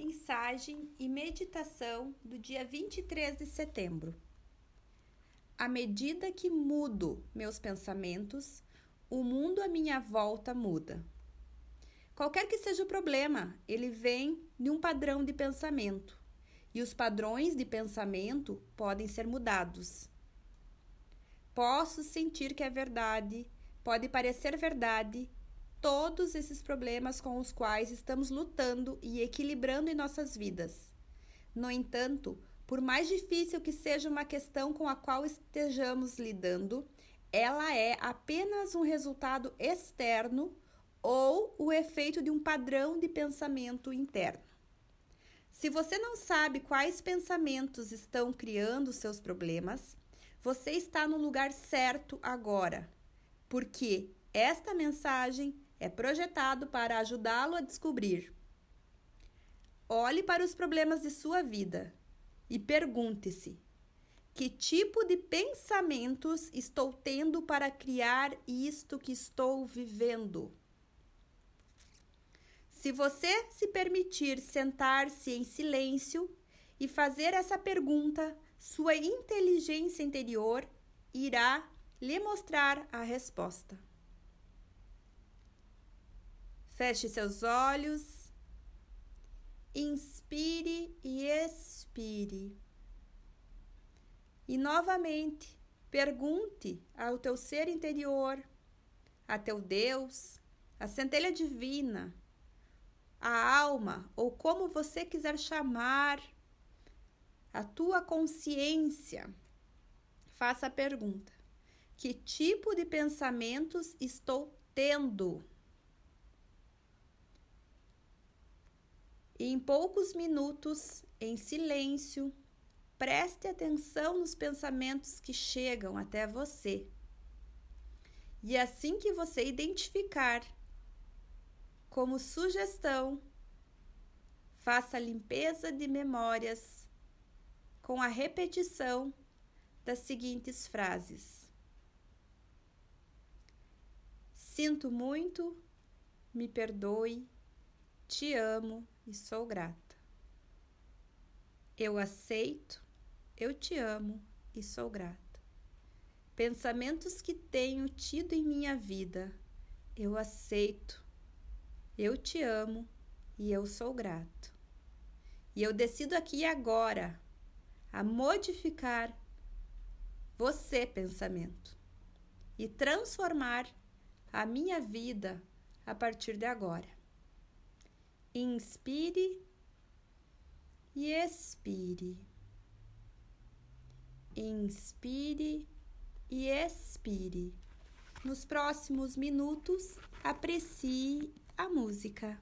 Mensagem e meditação do dia 23 de setembro. À medida que mudo meus pensamentos, o mundo à minha volta muda. Qualquer que seja o problema, ele vem de um padrão de pensamento, e os padrões de pensamento podem ser mudados. Posso sentir que é verdade, pode parecer verdade, todos esses problemas com os quais estamos lutando e equilibrando em nossas vidas. No entanto, por mais difícil que seja uma questão com a qual estejamos lidando, ela é apenas um resultado externo ou o efeito de um padrão de pensamento interno. Se você não sabe quais pensamentos estão criando seus problemas, você está no lugar certo agora, porque esta mensagem é projetado para ajudá-lo a descobrir. Olhe para os problemas de sua vida e pergunte-se: que tipo de pensamentos estou tendo para criar isto que estou vivendo? Se você se permitir sentar-se em silêncio e fazer essa pergunta, sua inteligência interior irá lhe mostrar a resposta. Feche seus olhos, inspire e expire. E novamente, pergunte ao teu ser interior, a teu Deus, a centelha divina, a alma, ou como você quiser chamar, a tua consciência. Faça a pergunta: que tipo de pensamentos estou tendo? E em poucos minutos, em silêncio, preste atenção nos pensamentos que chegam até você. E assim que você identificar como sugestão, faça a limpeza de memórias com a repetição das seguintes frases: sinto muito, me perdoe, te amo e sou grata. Eu aceito, eu te amo e sou grata. Pensamentos que tenho tido em minha vida, eu aceito, eu te amo e eu sou grato. E eu decido aqui e agora a modificar você, pensamento, e transformar a minha vida a partir de agora. Inspire e expire. Inspire e expire. Nos próximos minutos, aprecie a música.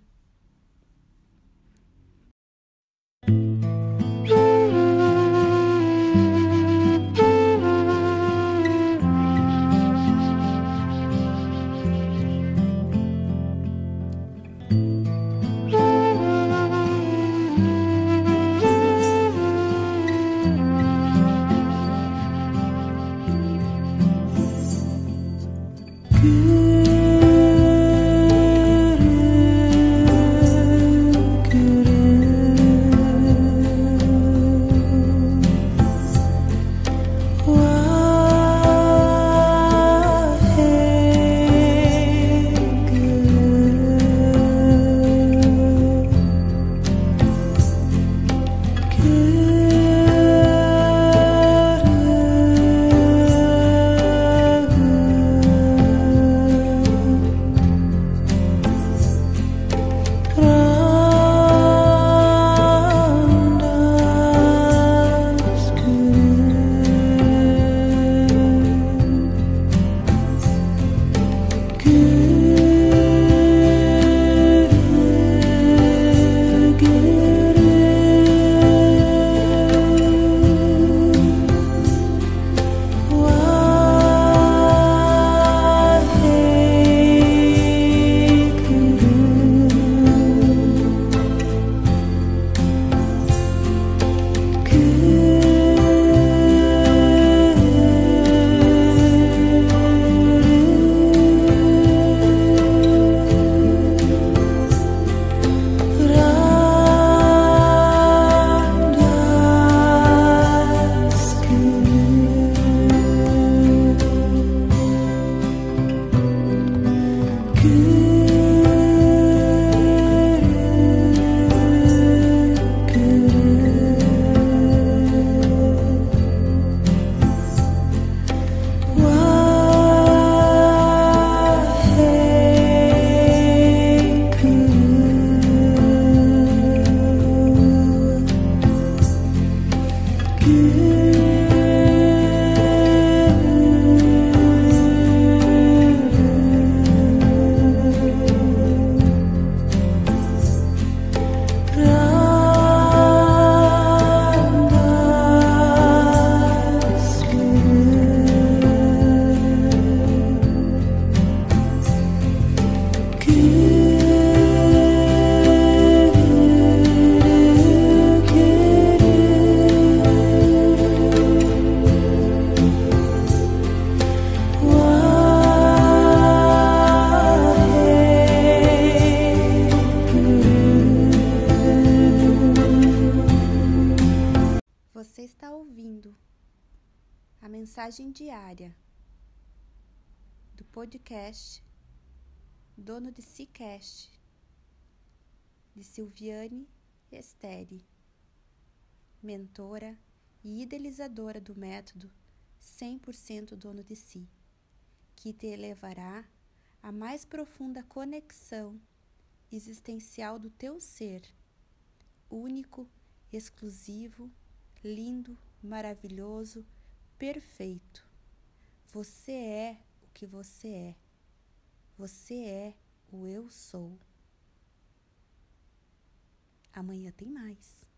Mensagem diária do podcast Dono de Si Cast, de Silviane Esteri, mentora e idealizadora do método 100% Dono de Si, que te levará à mais profunda conexão existencial do teu ser, único, exclusivo, lindo, maravilhoso, perfeito. Você é o que você é. Você é o eu sou. Amanhã tem mais.